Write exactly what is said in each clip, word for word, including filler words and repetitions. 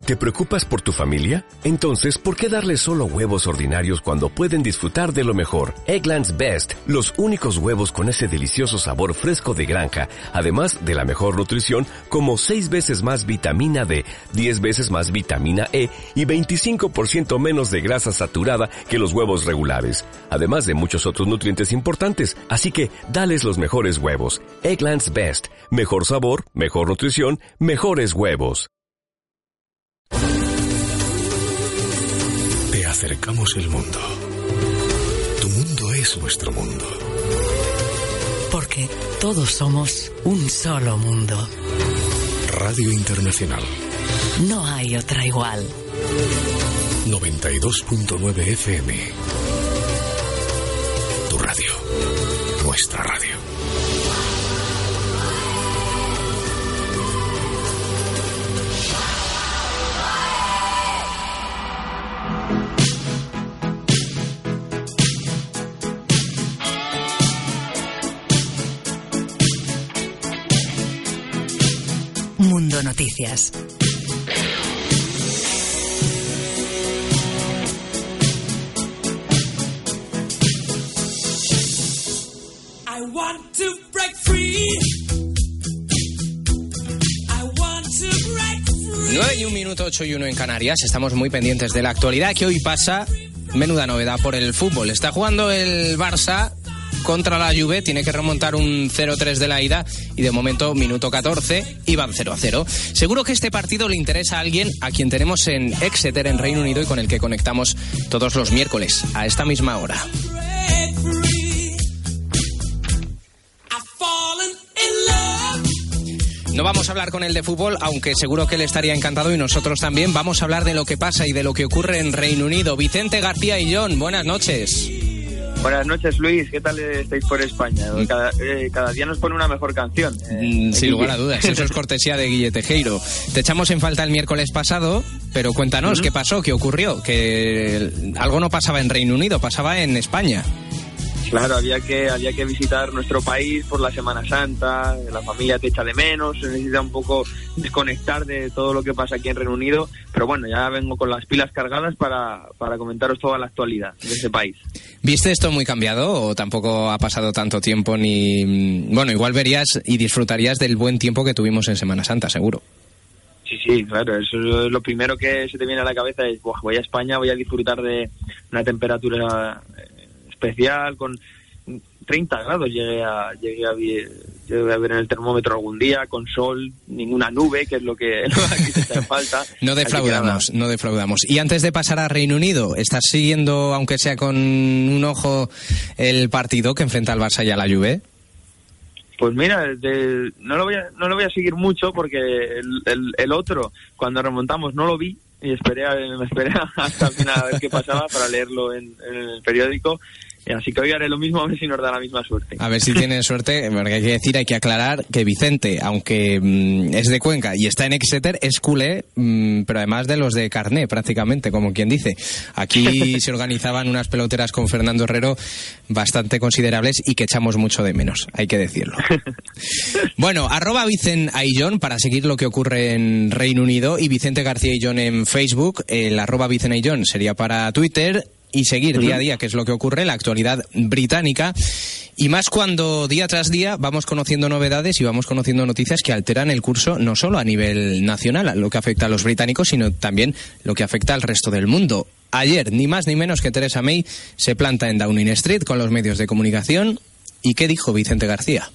¿Te preocupas por tu familia? Entonces, ¿por qué darles solo huevos ordinarios cuando pueden disfrutar de lo mejor? Eggland's Best, los únicos huevos con ese delicioso sabor fresco de granja, además de la mejor nutrición, como seis veces más vitamina D, diez veces más vitamina E y veinticinco por ciento menos de grasa saturada que los huevos regulares, además de muchos otros nutrientes importantes. Así que, dales los mejores huevos. Eggland's Best, mejor sabor, mejor nutrición, mejores huevos. Te acercamos el mundo. Tu mundo es nuestro mundo. Porque todos somos un solo mundo. Radio Internacional. No hay otra igual. noventa y dos punto nueve F M. Tu radio. Nuestra radio. Mundo Noticias. I want to break free. I want to break free. nueve y un minuto, ocho y uno en Canarias. Estamos muy pendientes de la actualidad que hoy pasa. Menuda novedad por el fútbol. Está jugando el Barça contra la Juve, tiene que remontar un cero tres de la ida y de momento minuto catorce y van cero a cero. Seguro que este partido le interesa a alguien a quien tenemos en Exeter, en Reino Unido, y con el que conectamos todos los miércoles a esta misma hora. No vamos a hablar con él de fútbol, aunque seguro que él estaría encantado y nosotros también. Vamos a hablar de lo que pasa y de lo que ocurre en Reino Unido. Vicente García Illón, buenas noches. Buenas noches, Luis. ¿Qué tal estáis por España? Cada, eh, cada día nos pone una mejor canción. Eh, Sin lugar a dudas, eso es cortesía de Guille Tejero. Te echamos en falta el miércoles pasado, pero cuéntanos, uh-huh. ¿Qué pasó? ¿Qué ocurrió? Que algo no pasaba en Reino Unido, pasaba en España. Claro, había que había que visitar nuestro país por la Semana Santa, la familia te echa de menos, se necesita un poco desconectar de todo lo que pasa aquí en Reino Unido, pero bueno, ya vengo con las pilas cargadas para, para comentaros toda la actualidad de ese país. ¿Viste esto muy cambiado o tampoco ha pasado tanto tiempo ni... Bueno, igual verías y disfrutarías del buen tiempo que tuvimos en Semana Santa, seguro. Sí, sí, claro, eso es lo primero que se te viene a la cabeza, es voy a España, voy a disfrutar de una temperatura especial, con treinta grados llegué a, llegué a, llegué a ver en el termómetro algún día, con sol, ninguna nube, que es lo que aquí se te falta. No defraudamos, no defraudamos. Y antes de pasar a Reino Unido, ¿estás siguiendo, aunque sea con un ojo, el partido que enfrenta al Barça y a la Juve? Pues mira, de, no lo voy a, no lo voy a seguir mucho porque el, el, el otro, cuando remontamos, no lo vi y esperé, me esperé hasta el final a ver qué pasaba para leerlo en, en el periódico. Así que hoy haré lo mismo, a ver si nos da la misma suerte. A ver si tiene suerte, porque hay que decir, hay que aclarar que Vicente, aunque mmm, es de Cuenca y está en Exeter, es culé, mmm, pero además de los de carné, prácticamente, como quien dice. Aquí se organizaban unas peloteras con Fernando Herrero bastante considerables y que echamos mucho de menos, hay que decirlo. Bueno, arroba Vicen Aillón para seguir lo que ocurre en Reino Unido y Vicente García Aillón en Facebook. El arroba Vicen Aillón sería para Twitter. Y seguir día a día qué es lo que ocurre en la actualidad británica, y más cuando día tras día vamos conociendo novedades y vamos conociendo noticias que alteran el curso no solo a nivel nacional, a lo que afecta a los británicos, sino también lo que afecta al resto del mundo. Ayer, ni más ni menos que Theresa May se planta en Downing Street con los medios de comunicación. ¿Y qué dijo Vicente García?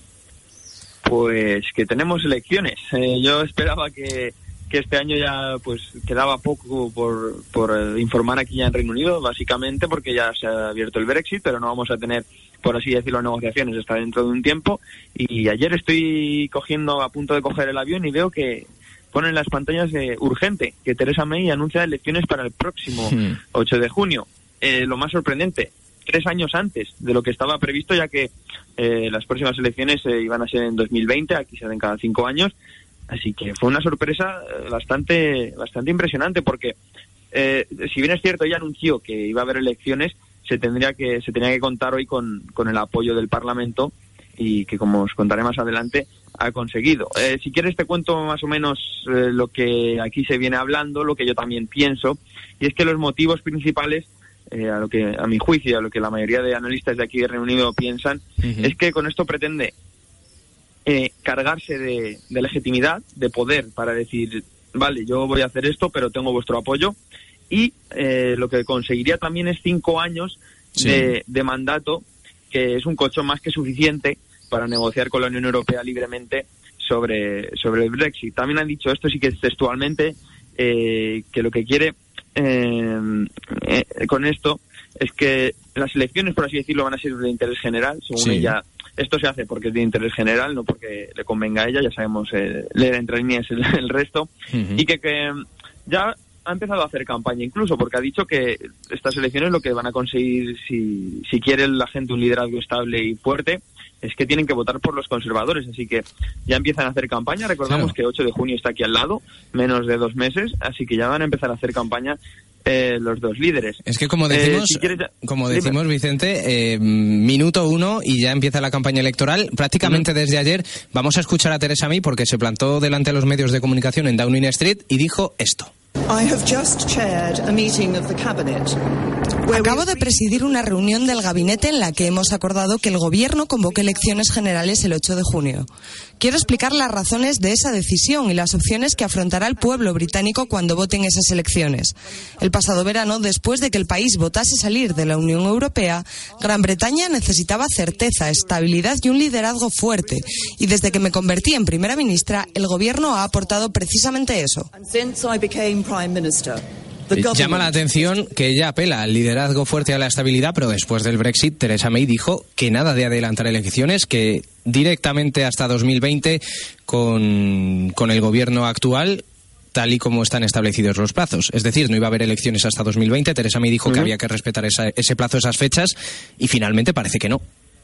Pues que tenemos elecciones. Eh, yo esperaba que que este año ya pues quedaba poco por, por informar aquí ya en Reino Unido, básicamente porque ya se ha abierto el Brexit, pero no vamos a tener, por así decirlo, negociaciones hasta dentro de un tiempo. Y ayer estoy cogiendo, a punto de coger el avión y veo que ponen las pantallas de urgente, que Theresa May anuncia elecciones para el próximo hmm. ocho de junio. Eh, lo más sorprendente, tres años antes de lo que estaba previsto, ya que eh, las próximas elecciones eh, iban a ser en dos mil veinte, aquí se hacen cada cinco años. Así que fue una sorpresa bastante bastante impresionante porque eh, si bien es cierto ella anunció que iba a haber elecciones, se tendría que se tenía que contar hoy con, con el apoyo del Parlamento y que, como os contaré más adelante, ha conseguido. Eh, si quieres te cuento más o menos eh, lo que aquí se viene hablando, lo que yo también pienso, y es que los motivos principales, eh, a lo que a mi juicio, a lo que la mayoría de analistas de aquí de Reino Unido piensan, uh-huh. es que con esto pretende eh, cargarse de, de legitimidad, de poder, para decir, vale, yo voy a hacer esto, pero tengo vuestro apoyo, y eh, lo que conseguiría también es cinco años sí. de, de mandato, que es un colchón más que suficiente para negociar con la Unión Europea libremente sobre, sobre el Brexit. También han dicho, esto sí que es textualmente, eh, que lo que quiere eh, eh, con esto es que las elecciones, por así decirlo, van a ser de interés general, según sí. ella. Esto se hace porque es de interés general, no porque le convenga a ella, ya sabemos eh, leer entre líneas el, el resto, uh-huh. y que, que ya ha empezado a hacer campaña incluso, porque ha dicho que estas elecciones lo que van a conseguir, si, si quiere la gente un liderazgo estable y fuerte, es que tienen que votar por los conservadores, así que ya empiezan a hacer campaña. Recordamos claro. que ocho de junio está aquí al lado, menos de dos meses, así que ya van a empezar a hacer campaña eh, los dos líderes. Es que como decimos, eh, si quieres, como decimos Vicente, eh, minuto uno y ya empieza la campaña electoral. Prácticamente uh-huh. desde ayer vamos a escuchar a Theresa May porque se plantó delante de los medios de comunicación en Downing Street y dijo esto. Acabo de presidir una reunión del gabinete en la que hemos acordado que el gobierno convoque elecciones generales el ocho de junio. Quiero explicar las razones de esa decisión y las opciones que afrontará el pueblo británico cuando vote en esas elecciones. El pasado verano, después de que el país votase salir de la Unión Europea, Gran Bretaña necesitaba certeza, estabilidad y un liderazgo fuerte. Y desde que me convertí en primera ministra, el gobierno ha aportado precisamente eso. Llama la atención que ella apela al liderazgo fuerte y a la estabilidad, pero después del Brexit, Theresa May dijo que nada de adelantar elecciones, que directamente hasta dos mil veinte con, con el gobierno actual, tal y como están establecidos los plazos. Es decir, no iba a haber elecciones hasta dos mil veinte. Theresa May dijo uh-huh. que había que respetar esa, ese plazo, esas fechas, y finalmente parece que no.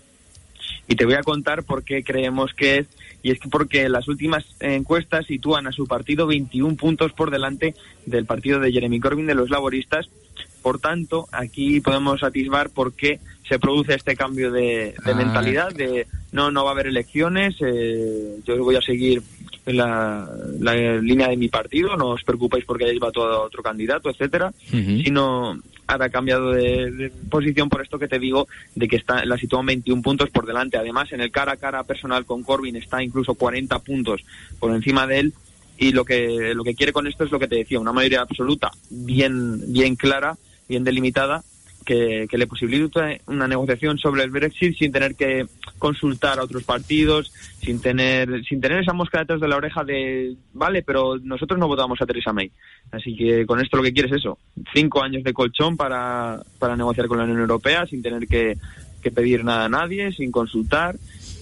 Y te voy a contar por qué creemos que es, y es que porque las últimas encuestas sitúan a su partido veintiún puntos por delante del partido de Jeremy Corbyn, de los laboristas. Por tanto, aquí podemos atisbar por qué se produce este cambio de, de ah. mentalidad, de no, no va a haber elecciones, eh, yo voy a seguir la, la línea de mi partido, no os preocupéis porque hayáis votado a otro candidato, etcétera, uh-huh. sino ahora ha cambiado de, de posición por esto que te digo, de que está la sitúan veintiún puntos por delante. Además, en el cara a cara personal con Corbyn está incluso cuarenta puntos por encima de él, y lo que lo que quiere con esto es lo que te decía, una mayoría absoluta bien bien clara, bien delimitada, que, que le posibilita una negociación sobre el Brexit sin tener que consultar a otros partidos, sin tener sin tener esa mosca detrás de la oreja de, vale, pero nosotros no votamos a Theresa May. Así que con esto lo que quiere es eso, cinco años de colchón para, para negociar con la Unión Europea sin tener que, que pedir nada a nadie, sin consultar,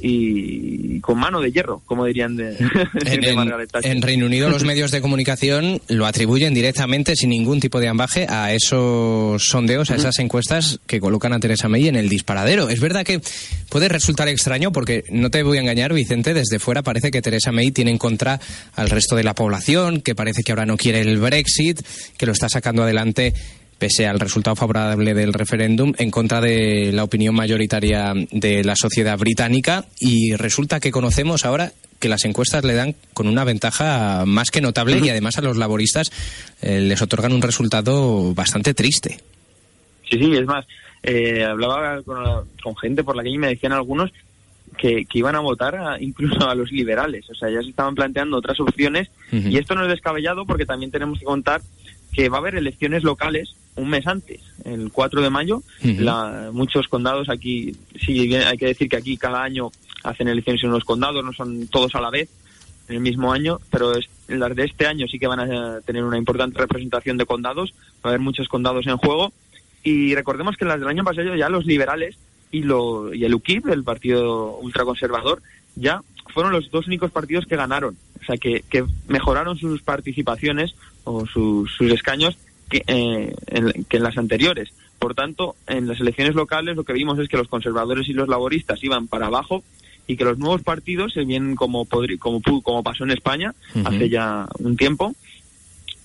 y con mano de hierro, como dirían de, en, de Margaret Thatcher. En Reino Unido los medios de comunicación lo atribuyen directamente, sin ningún tipo de ambaje, a esos sondeos, a esas encuestas que colocan a Theresa May en el disparadero. Es verdad que puede resultar extraño porque, no te voy a engañar, Vicente, desde fuera parece que Theresa May tiene en contra al resto de la población, que parece que ahora no quiere el Brexit, que lo está sacando adelante pese al resultado favorable del referéndum, en contra de la opinión mayoritaria de la sociedad británica, y resulta que conocemos ahora que las encuestas le dan con una ventaja más que notable, y además a los laboristas eh, les otorgan un resultado bastante triste. Sí, sí, es más, eh, hablaba con, con gente por la calle y me decían algunos que, que iban a votar a, incluso a los liberales, o sea, ya se estaban planteando otras opciones, uh-huh. y esto no es descabellado porque también tenemos que contar que va a haber elecciones locales un mes antes, el cuatro de mayo. Uh-huh. La, muchos condados aquí, sí, hay que decir que aquí cada año hacen elecciones en los condados, no son todos a la vez en el mismo año, pero es, las de este año sí que van a tener una importante representación de condados, va a haber muchos condados en juego, y recordemos que en las del año pasado ya los liberales y, lo, y el U KIP, el partido ultraconservador, ya fueron los dos únicos partidos que ganaron, o sea que, que mejoraron sus participaciones o sus, sus escaños que, eh, en, que en las anteriores. Por tanto, en las elecciones locales lo que vimos es que los conservadores y los laboristas iban para abajo, y que los nuevos partidos, se vienen como, podri, como como pasó en España uh-huh. hace ya un tiempo,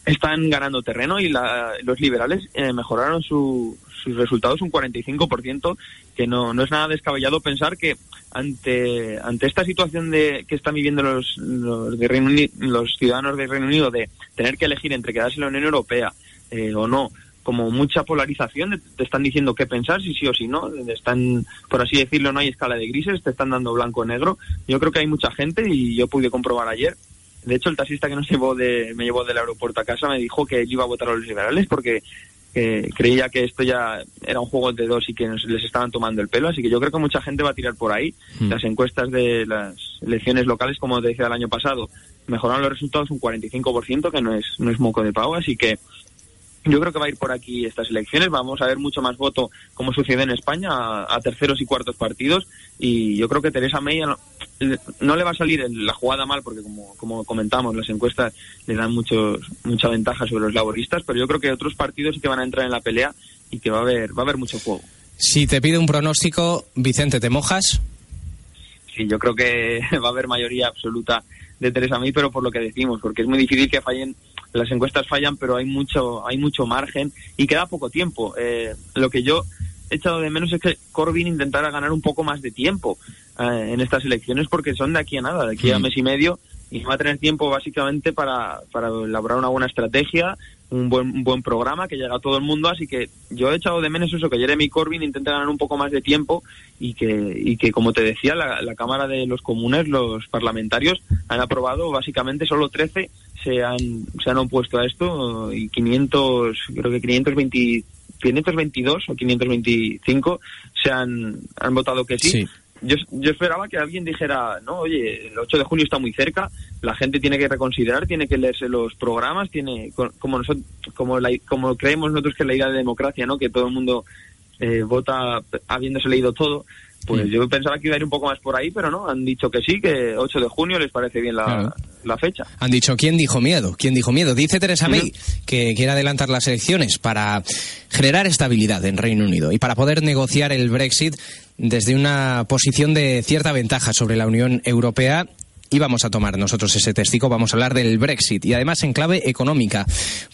están ganando terreno y la, los liberales eh, mejoraron su, sus resultados un cuarenta y cinco por ciento, que no, no es nada descabellado pensar que ante ante esta situación de que están viviendo los los, de Reino Unido, los ciudadanos del Reino Unido, de tener que elegir entre quedarse en la Unión Europea eh, o no, como mucha polarización, te están diciendo qué pensar, si sí o si no, están, por así decirlo, no hay escala de grises, te están dando blanco o negro. Yo creo que hay mucha gente, y yo pude comprobar ayer. De hecho, el taxista que nos llevó de, me llevó del aeropuerto a casa me dijo que él iba a votar a los liberales porque eh, creía que esto ya era un juego de dos y que nos, les estaban tomando el pelo. Así que yo creo que mucha gente va a tirar por ahí. Mm. Las encuestas de las elecciones locales, como te decía el año pasado, mejoraron los resultados un cuarenta y cinco por ciento, que no es, no es moco de pavo. Así que yo creo que va a ir por aquí estas elecciones. Vamos a ver mucho más voto, como sucede en España, a, a terceros y cuartos partidos. Y yo creo que Theresa May no, no le va a salir la jugada mal, porque como, como comentamos, las encuestas le dan muchos, mucha ventaja sobre los laboristas, pero yo creo que otros partidos sí que van a entrar en la pelea y que va a haber, va a haber mucho juego. Si te pido un pronóstico, Vicente, ¿te mojas? Sí, yo creo que va a haber mayoría absoluta de Theresa May, pero por lo que decimos, porque es muy difícil que fallen. Las encuestas fallan, pero hay mucho hay mucho margen y queda poco tiempo. Eh, lo que yo he echado de menos es que Corbyn intentara ganar un poco más de tiempo eh, en estas elecciones, porque son de aquí a nada, de aquí a mes y medio, y no va a tener tiempo básicamente para, para elaborar una buena estrategia, un buen un buen programa que llegue a todo el mundo. Así que yo he echado de menos eso, que Jeremy Corbyn intente ganar un poco más de tiempo y que, y que como te decía, la, la Cámara de los Comunes, los parlamentarios, han aprobado básicamente solo trece se han se han opuesto a esto, y quinientos, creo que quinientos veinte, quinientos veintidós o quinientos veinticinco se han, han votado que sí. sí. Yo, yo esperaba que alguien dijera, no, oye, el ocho de junio está muy cerca, la gente tiene que reconsiderar, tiene que leerse los programas, tiene como nosotros, como la, como creemos nosotros que es la idea de democracia, ¿no? Que todo el mundo eh, vota habiéndose leído todo. Pues yo pensaba que iba a ir un poco más por ahí, pero no, han dicho que sí, que ocho de junio les parece bien la, claro. la fecha. Han dicho, ¿quién dijo miedo? ¿Quién dijo miedo? Dice Theresa May uh-huh. que quiere adelantar las elecciones para generar estabilidad en Reino Unido y para poder negociar el Brexit desde una posición de cierta ventaja sobre la Unión Europea. Y vamos a tomar nosotros ese testigo, vamos a hablar del Brexit, y además en clave económica,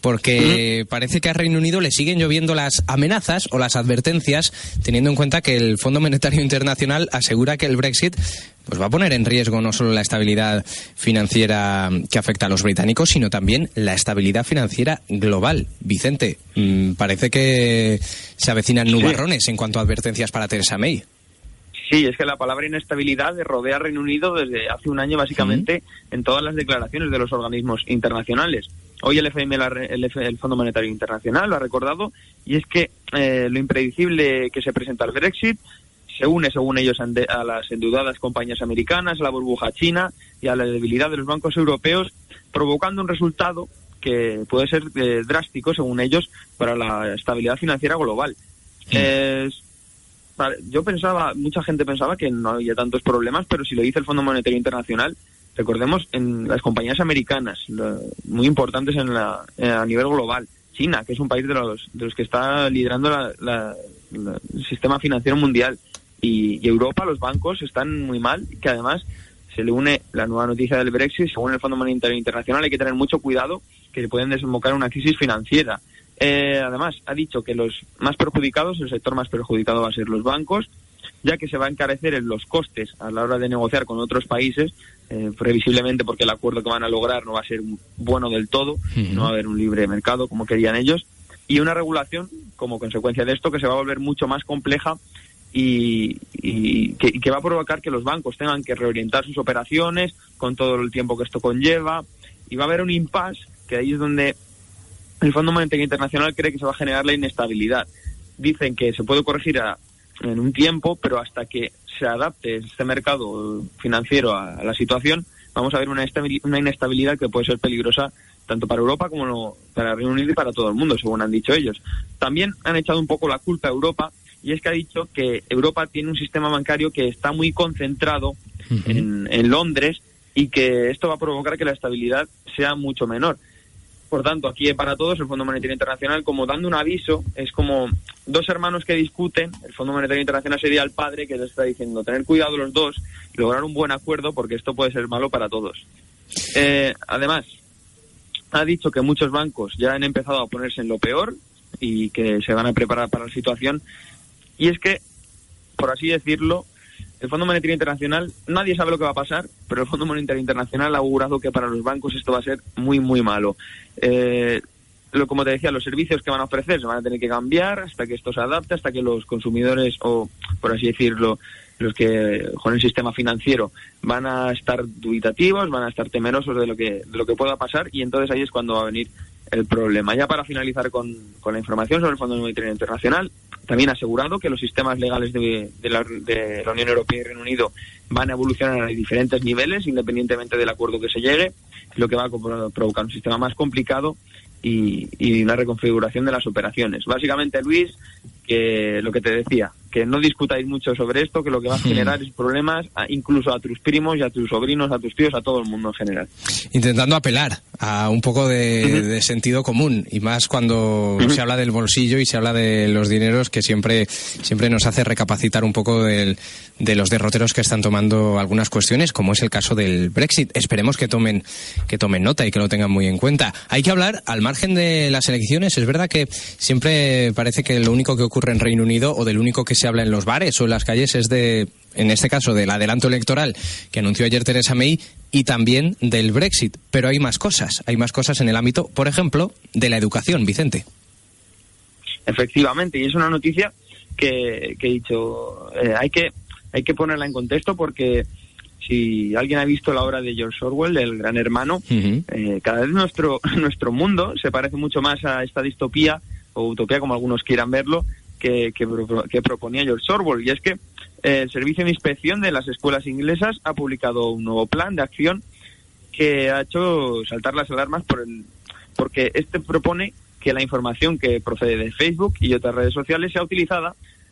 porque uh-huh. parece que a Reino Unido le siguen lloviendo las amenazas o las advertencias, teniendo en cuenta que el Fondo Monetario Internacional asegura que el Brexit pues va a poner en riesgo no solo la estabilidad financiera que afecta a los británicos, sino también la estabilidad financiera global. Vicente, mmm, parece que se avecinan nubarrones sí. en cuanto a advertencias para Theresa May. Sí, es que la palabra inestabilidad rodea a Reino Unido desde hace un año básicamente ¿Mm? en todas las declaraciones de los organismos internacionales. Hoy el F M, el, F, el Fondo Monetario Internacional lo ha recordado, y es que eh, lo impredecible que se presenta al Brexit se une, según ellos, a las endeudadas compañías americanas, a la burbuja china y a la debilidad de los bancos europeos, provocando un resultado que puede ser eh, drástico, según ellos, para la estabilidad financiera global. Sí. Eh, Yo pensaba, mucha gente pensaba que no había tantos problemas, pero si lo dice el Fondo Monetario Internacional, recordemos, en las compañías americanas, lo, muy importantes en la, a nivel global, China, que es un país de los, de los que está liderando la, la, la, el sistema financiero mundial, y, y Europa, los bancos están muy mal, que además se le une la nueva noticia del Brexit. Según el Fondo Monetario Internacional, hay que tener mucho cuidado, que se pueden desembocar en una crisis financiera. Eh, además, ha dicho que los más perjudicados, el sector más perjudicado va a ser los bancos, ya que se va a encarecer en los costes a la hora de negociar con otros países, eh, previsiblemente porque el acuerdo que van a lograr no va a ser bueno del todo, uh-huh. no va a haber un libre mercado como querían ellos, y una regulación como consecuencia de esto que se va a volver mucho más compleja y, y, que, y que va a provocar que los bancos tengan que reorientar sus operaciones con todo el tiempo que esto conlleva, y va a haber un impasse, que ahí es donde el Fondo Monetario Internacional cree que se va a generar la inestabilidad. Dicen que se puede corregir a, en un tiempo, pero hasta que se adapte este mercado financiero a, a la situación, vamos a ver una, una inestabilidad que puede ser peligrosa tanto para Europa como no, para Reino Unido y para todo el mundo, según han dicho ellos. También han echado un poco la culpa a Europa, y es que ha dicho que Europa tiene un sistema bancario que está muy concentrado uh-huh. en, en Londres, y que esto va a provocar que la estabilidad sea mucho menor. Por tanto, aquí para todos, el Fondo Monetario Internacional, como dando un aviso, es como dos hermanos que discuten. El Fondo Monetario Internacional sería el padre que les está diciendo tener cuidado los dos, lograr un buen acuerdo, porque esto puede ser malo para todos. Eh, además, ha dicho que muchos bancos ya han empezado a ponerse en lo peor y que se van a preparar para la situación. Y es que, por así decirlo, el Fondo Monetario Internacional, nadie sabe lo que va a pasar, pero el Fondo Monetario Internacional ha augurado que para los bancos esto va a ser muy, muy malo. Eh, lo, como te decía, los servicios que van a ofrecer se van a tener que cambiar hasta que esto se adapte, hasta que los consumidores, o por así decirlo, los que con el sistema financiero van a estar dubitativos, van a estar temerosos de lo que de lo que pueda pasar, y entonces ahí es cuando va a venir el problema. Ya para finalizar con, con la información sobre el Fondo Monetario Internacional, también ha asegurado que los sistemas legales de, de, la, de la Unión Europea y Reino Unido van a evolucionar a diferentes niveles, independientemente del acuerdo que se llegue, lo que va a provocar un sistema más complicado y, y una reconfiguración de las operaciones. Básicamente, Luis, que lo que te decía, que no discutáis mucho sobre esto, que lo que va a generar es problemas a, incluso a tus primos y a tus sobrinos, a tus tíos, a todo el mundo en general. Intentando apelar a un poco de, uh-huh. de sentido común, y más cuando uh-huh. se habla del bolsillo y se habla de los dineros, que siempre siempre nos hace recapacitar un poco del, de los derroteros que están tomando algunas cuestiones, como es el caso del Brexit. Esperemos que tomen que tomen nota y que lo tengan muy en cuenta. Hay que hablar, al margen de las elecciones, es verdad que siempre parece que lo único que ocurre en Reino Unido, o del único que se habla en los bares o en las calles, es de, en este caso, del adelanto electoral que anunció ayer Theresa May, y también del Brexit. Pero hay más cosas, hay más cosas en el ámbito, por ejemplo, de la educación, Vicente. Efectivamente, y es una noticia que, que he dicho, eh, hay que hay que ponerla en contexto, porque si alguien ha visto la obra de George Orwell, El Gran Hermano, uh-huh. eh, cada vez nuestro nuestro mundo se parece mucho más a esta distopía, o utopía, como algunos quieran verlo, que, que, que proponía George Orwell. Y es que eh, el Servicio de Inspección de las Escuelas Inglesas ha publicado un nuevo plan de acción que ha hecho saltar las alarmas por el, porque este propone que la información que procede de Facebook y otras redes sociales sea utilizada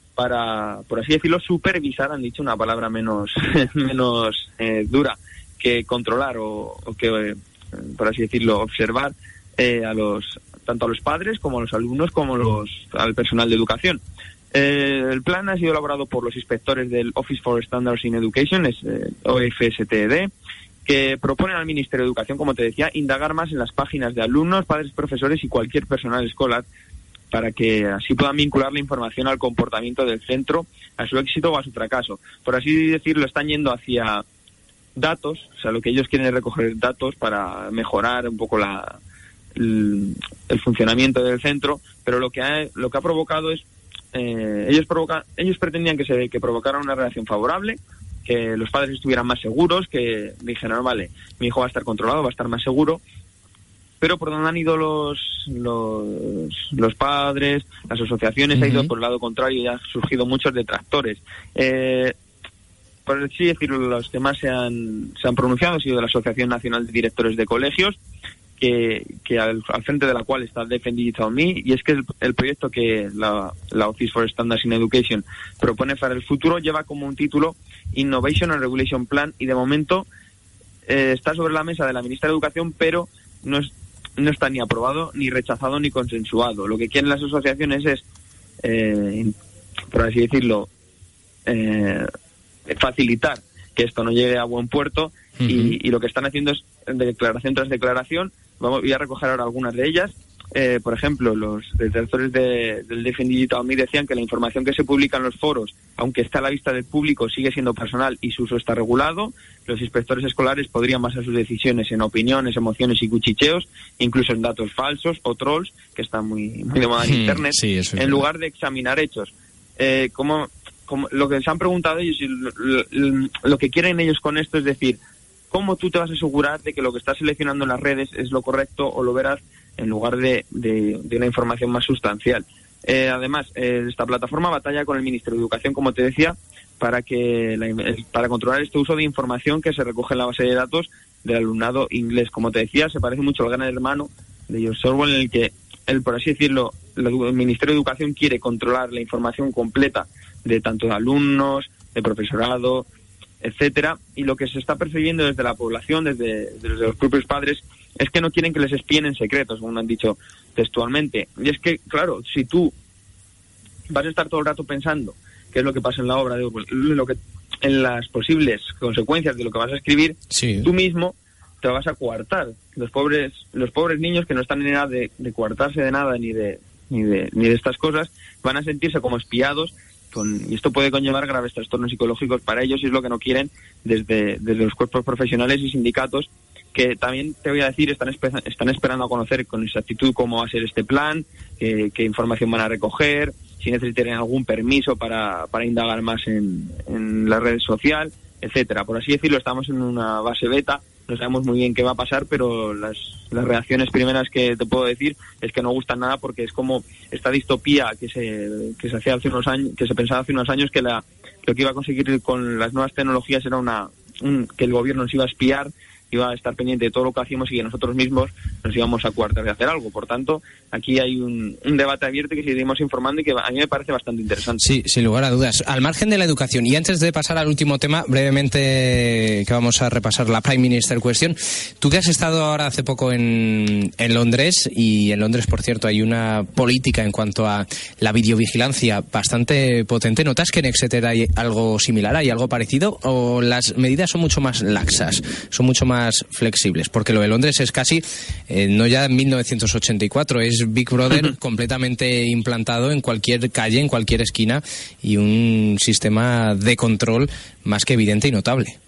para, por así decirlo, supervisar, han dicho una palabra menos menos eh, dura, que controlar o, o que, eh, por así decirlo, observar eh, a los tanto a los padres como a los alumnos como los al personal de educación. Eh, el plan ha sido elaborado por los inspectores del Office for Standards in Education, es eh, O F S T E D, que proponen al Ministerio de Educación, como te decía, indagar más en las páginas de alumnos, padres, profesores y cualquier personal escolar, para que así puedan vincular la información al comportamiento del centro, a su éxito o a su fracaso. Por así decirlo, están yendo hacia datos, o sea, lo que ellos quieren es recoger datos para mejorar un poco la el, el funcionamiento del centro, pero lo que ha, lo que ha provocado es, eh, ellos provocan, ellos pretendían que se que provocara una relación favorable, que los padres estuvieran más seguros, que dijeran, vale, mi hijo va a estar controlado, va a estar más seguro. Pero por donde han ido los los, los padres, las asociaciones, uh-huh. ha ido por el lado contrario, y han surgido muchos detractores. Eh, por así decirlo, los que más se han, se han pronunciado ha sido de la Asociación Nacional de Directores de Colegios, que, que al, al frente de la cual está Defend Digital Me, y es que el, el proyecto que la, la Office for Standards in Education propone para el futuro lleva como un título Innovation and Regulation Plan, y de momento eh, está sobre la mesa de la ministra de Educación, pero no es no está ni aprobado, ni rechazado, ni consensuado. Lo que quieren las asociaciones es, eh, por así decirlo, eh, facilitar que esto no llegue a buen puerto, uh-huh. y, y lo que están haciendo es declaración tras declaración. Vamos, voy a recoger ahora algunas de ellas. Eh, por ejemplo, los detractores de, del Defend Digital Me decían que la información que se publica en los foros, aunque está a la vista del público, sigue siendo personal y su uso está regulado. Los inspectores escolares podrían basar sus decisiones en opiniones, emociones y cuchicheos, incluso en datos falsos o trolls, que están muy, muy de moda en Internet, sí, eso es en lugar de examinar hechos. Eh, como, como lo que se han preguntado ellos, y lo, lo, lo que quieren ellos con esto es decir, ¿cómo tú te vas a asegurar de que lo que estás seleccionando en las redes es lo correcto o lo veraz, en lugar de, de, de una información más sustancial? Eh, además, eh, esta plataforma batalla con el Ministerio de Educación, como te decía, para que la, para controlar este uso de información que se recoge en la base de datos del alumnado inglés. Como te decía, se parece mucho al Gran Hermano de George Orwell, en el que, el, por así decirlo, el Ministerio de Educación quiere controlar la información completa de tanto de alumnos, de profesorado, etcétera, y lo que se está percibiendo desde la población, desde, desde los propios padres, es que no quieren que les espíen en secretos, como han dicho textualmente. Y es que, claro, si tú vas a estar todo el rato pensando qué es lo que pasa en la obra de Orwell, lo que, en las posibles consecuencias de lo que vas a escribir, sí. tú mismo te te vas a coartar. Los pobres los pobres niños que no están en edad de, de coartarse de nada ni de, ni de ni de estas cosas van a sentirse como espiados, con, y esto puede conllevar graves trastornos psicológicos para ellos, y es lo que no quieren desde, desde los cuerpos profesionales y sindicatos, que también, te voy a decir, están, espe- están esperando a conocer con exactitud cómo va a ser este plan, eh, qué información van a recoger, si necesitan algún permiso para, para indagar más en, en la red social, etcétera. Por así decirlo, estamos en una base beta, no sabemos muy bien qué va a pasar, pero las, las reacciones primeras que te puedo decir es que no gustan nada, porque es como esta distopía que se que se hacía hace unos años, que se pensaba hace unos años que la lo que iba a conseguir con las nuevas tecnologías era una un, que el gobierno nos iba a espiar, iba a estar pendiente de todo lo que hacíamos y que nosotros mismos nos íbamos a coartar de hacer algo. Por tanto, aquí hay un, un debate abierto que seguiremos informando y que a mí me parece bastante interesante. Sí, sin lugar a dudas. Al margen de la educación, y antes de pasar al último tema, brevemente, que vamos a repasar la Prime Minister Question, tú que has estado ahora hace poco en, en Londres, y en Londres, por cierto, hay una política en cuanto a la videovigilancia bastante potente. ¿Notas que en Exeter hay algo similar, hay algo parecido, o las medidas son mucho más laxas, son mucho más flexibles? Porque lo de Londres es casi, eh, no ya en mil novecientos ochenta y cuatro, es Big Brother uh-huh. completamente implantado en cualquier calle, en cualquier esquina, y un sistema de control más que evidente y notable.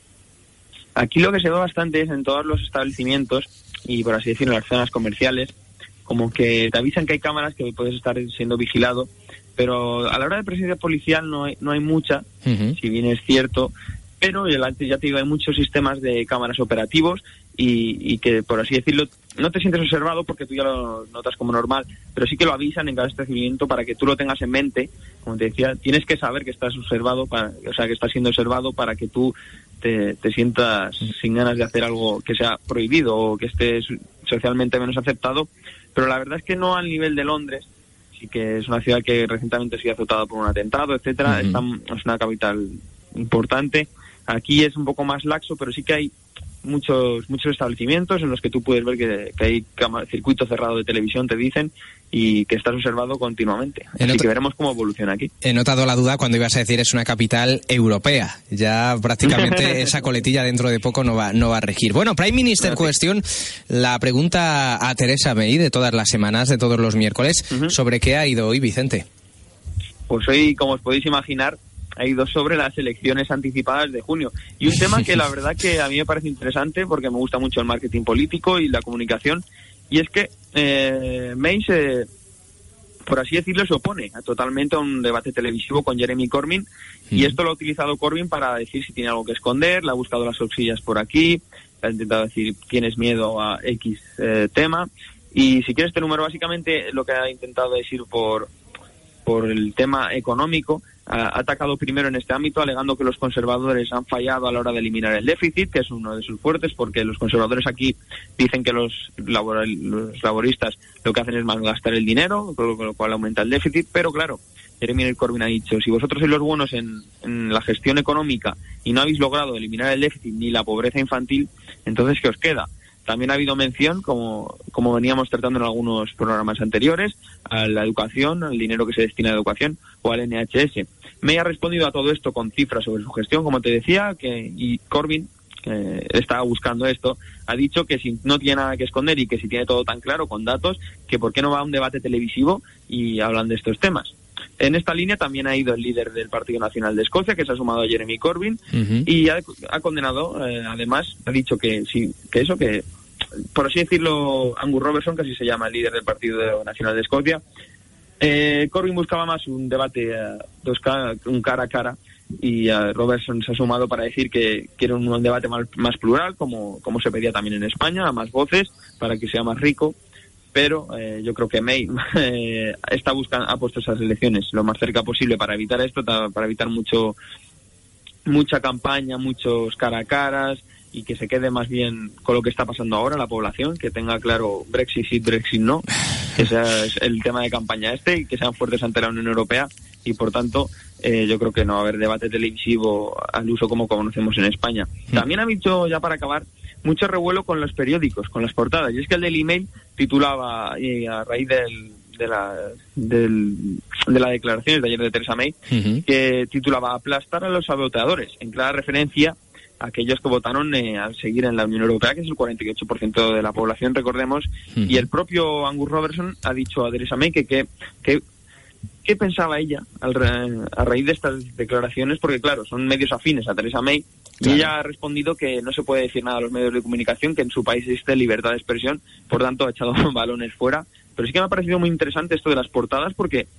Aquí lo que se ve bastante es en todos los establecimientos y, por así decirlo, en las zonas comerciales, como que te avisan que hay cámaras, que puedes estar siendo vigilado, pero a la hora de presencia policial no hay, no hay mucha, uh-huh. si bien es cierto. Pero ya te digo, hay muchos sistemas de cámaras operativos y, y que, por así decirlo, no te sientes observado porque tú ya lo notas como normal, pero sí que lo avisan en cada establecimiento para que tú lo tengas en mente. Como te decía, tienes que saber que estás observado, para, o sea, que estás siendo observado para que tú te, te sientas sin ganas de hacer algo que sea prohibido o que esté socialmente menos aceptado. Pero la verdad es que no al nivel de Londres, sí que es una ciudad que recientemente ha sido azotada por un atentado, etcétera. Uh-huh. Está, es una capital importante. Aquí es un poco más laxo, pero sí que hay muchos muchos establecimientos en los que tú puedes ver que, que hay cama, circuito cerrado de televisión, te dicen, y que estás observado continuamente. Así not- que veremos cómo evoluciona aquí. He notado la duda cuando ibas a decir es una capital europea. Ya prácticamente esa coletilla dentro de poco no va no va a regir. Bueno, Prime Minister Question, la pregunta a Theresa May de todas las semanas, de todos los miércoles, uh-huh. ¿sobre qué ha ido hoy, Vicente? Pues hoy, como os podéis imaginar, ha ido sobre las elecciones anticipadas de junio. Y un tema que la verdad que a mí me parece interesante porque me gusta mucho el marketing político y la comunicación, y es que eh, May se, por así decirlo, se opone totalmente a un debate televisivo con Jeremy Corbyn, y esto lo ha utilizado Corbyn para decir si tiene algo que esconder, le ha buscado las horquillas por aquí, le ha intentado decir tienes miedo a X eh, tema, y si quieres este número, básicamente lo que ha intentado decir por, por el tema económico, ha atacado primero en este ámbito, alegando que los conservadores han fallado a la hora de eliminar el déficit, que es uno de sus fuertes, porque los conservadores aquí dicen que los, labor, los laboristas lo que hacen es malgastar el dinero, con lo cual aumenta el déficit, pero claro, Jeremy Corbyn ha dicho, si vosotros sois los buenos en, en la gestión económica y no habéis logrado eliminar el déficit ni la pobreza infantil, entonces ¿qué os queda? También ha habido mención, como, como veníamos tratando en algunos programas anteriores, a la educación, al dinero que se destina a la educación o al N H S. May ha respondido a todo esto con cifras sobre su gestión, como te decía, que y Corbyn eh, estaba buscando esto, ha dicho que si no tiene nada que esconder y que si tiene todo tan claro con datos, que por qué no va a un debate televisivo y hablan de estos temas. En esta línea también ha ido el líder del Partido Nacional de Escocia, que se ha sumado a Jeremy Corbyn, uh-huh. y ha, ha condenado, eh, además, ha dicho que sí, que eso, que por así decirlo, Angus Robertson, que así se llama el líder del Partido Nacional de Escocia, eh, Corbyn buscaba más un debate uh, dos cara, un cara a cara, y uh, Robertson se ha sumado para decir que quiere un, un debate más, más plural, como, como se pedía también en España, a más voces, para que sea más rico. Pero eh, yo creo que May eh, está buscando, ha puesto esas elecciones lo más cerca posible para evitar esto, para evitar mucho mucha campaña, muchos cara a caras, y que se quede más bien con lo que está pasando ahora la población, que tenga claro Brexit sí, Brexit no, que sea es el tema de campaña este, y que sean fuertes ante la Unión Europea, y por tanto eh, yo creo que no va a haber debate televisivo al uso como conocemos en España. También ha habido, ya para acabar, mucho revuelo con los periódicos, con las portadas, y es que el Daily Mail titulaba, y a raíz del, de, la, del, de las declaraciones de ayer de Theresa May, uh-huh. que titulaba aplastar a los saboteadores, en clara referencia aquellos que votaron eh, al seguir en la Unión Europea, que es el cuarenta y ocho por ciento de la población, recordemos, uh-huh. y el propio Angus Robertson ha dicho a Theresa May que, que, que qué pensaba ella al, a raíz de estas declaraciones, porque claro, son medios afines a Theresa May, claro. y ella ha respondido que no se puede decir nada a los medios de comunicación, que en su país existe libertad de expresión, por tanto ha echado balones fuera. Pero sí que me ha parecido muy interesante esto de las portadas, porque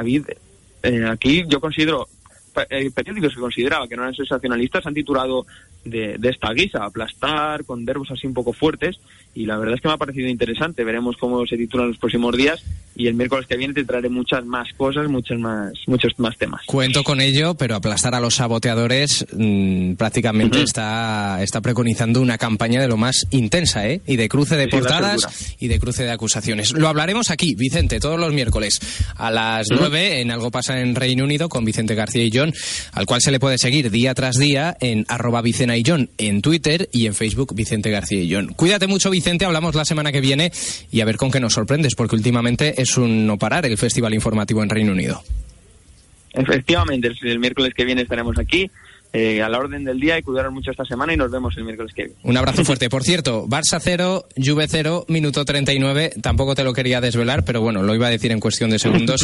eh, aquí yo considero, eh, periódicos que consideraba que no eran sensacionalistas han titulado de, de esta guisa, aplastar, con verbos así un poco fuertes, y la verdad es que me ha parecido interesante. Veremos cómo se titulan los próximos días, y el miércoles que viene te traeré muchas más cosas, muchas más, muchos más temas. Cuento con ello, pero aplastar a los saboteadores mmm, prácticamente uh-huh. está, está preconizando una campaña de lo más intensa, ¿eh? Y de cruce de sí, portadas y de cruce de acusaciones. Lo hablaremos aquí, Vicente, todos los miércoles a las uh-huh. nueve en Algo pasa en Reino Unido con Vicente García Illón, al cual se le puede seguir día tras día en arroba Vicena Illón en Twitter y en Facebook Vicente García Illón. Cuídate mucho, Vicente, hablamos la semana que viene y a ver con qué nos sorprendes, porque últimamente es un no parar el Festival Informativo en Reino Unido. Efectivamente, el, el miércoles que viene estaremos aquí eh, a la orden del día, y cuidaros mucho esta semana y nos vemos el miércoles que viene. Un abrazo fuerte. Por cierto, Barça cero, Juve cero, minuto treinta y nueve, tampoco te lo quería desvelar, pero bueno, lo iba a decir en cuestión de segundos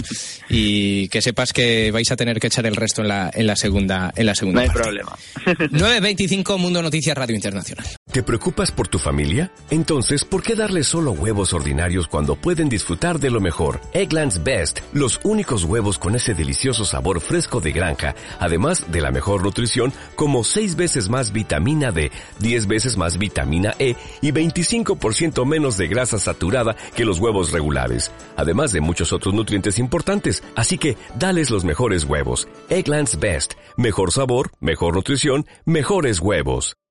y que sepas que vais a tener que echar el resto en la, en la segunda en la segunda No hay parte. problema. nueve veinticinco, Mundo Noticias Radio Internacional. ¿Te preocupas por tu familia? Entonces, ¿por qué darles solo huevos ordinarios cuando pueden disfrutar de lo mejor? Eggland's Best, los únicos huevos con ese delicioso sabor fresco de granja, además de la mejor nutrición, como seis veces más vitamina D, diez veces más vitamina E y veinticinco por ciento menos de grasa saturada que los huevos regulares, además de muchos otros nutrientes importantes. Así que, dales los mejores huevos. Eggland's Best, mejor sabor, mejor nutrición, mejores huevos.